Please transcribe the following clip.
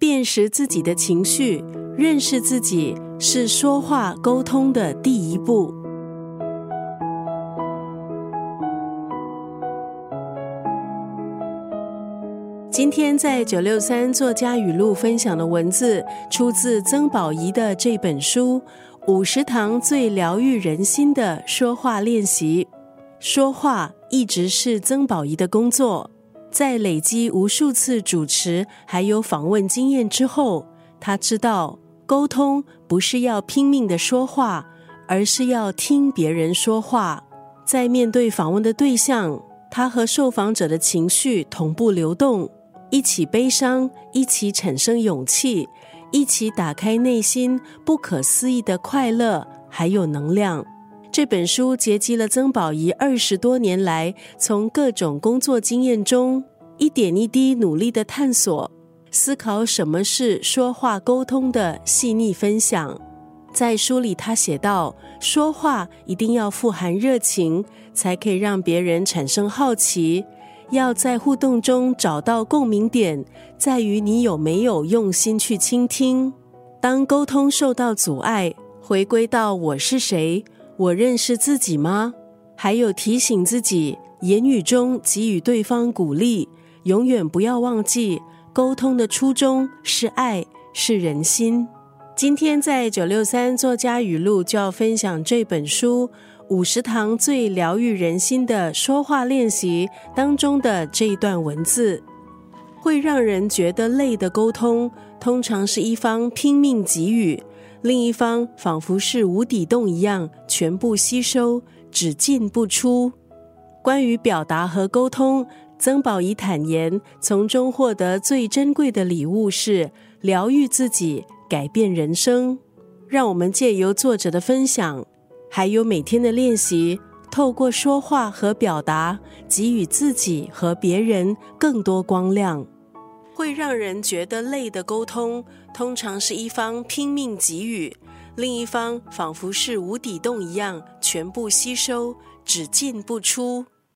辨识自己的情绪，认识自己是说话沟通的第一步。今天在963作家语录分享的文字，出自曾宝仪的这本书《50堂最疗愈人心的说话练习》。说话一直是曾宝仪的工作，在累积无数次主持还有访问经验之后，他知道沟通不是要拼命的说话，而是要听别人说话。在面对访问的对象，他和受访者的情绪同步流动，一起悲伤，一起产生勇气，一起打开内心不可思议的快乐还有能量。这本书结集了曾宝仪20多年来从各种工作经验中一点一滴努力的探索，思考什么是说话沟通的细腻分享。在书里他写道，说话一定要富含热情，才可以让别人产生好奇，要在互动中找到共鸣点，在于你有没有用心去倾听。当沟通受到阻碍，回归到我是谁，我认识自己吗？还有提醒自己，言语中给予对方鼓励，永远不要忘记沟通的初衷是爱，是人心。今天在963作家语录就要分享这本书50堂最疗愈人心的说话练习当中的这一段文字。会让人觉得累的沟通，通常是一方拼命给予，另一方仿佛是无底洞一样全部吸收，只进不出。关于表达和沟通，曾宝仪坦言，从中获得最珍贵的礼物是疗愈自己，改变人生。让我们借由作者的分享，还有每天的练习，透过说话和表达，给予自己和别人更多光亮。会让人觉得累的沟通，通常是一方拼命给予，另一方仿佛是无底洞一样全部吸收，只进不出。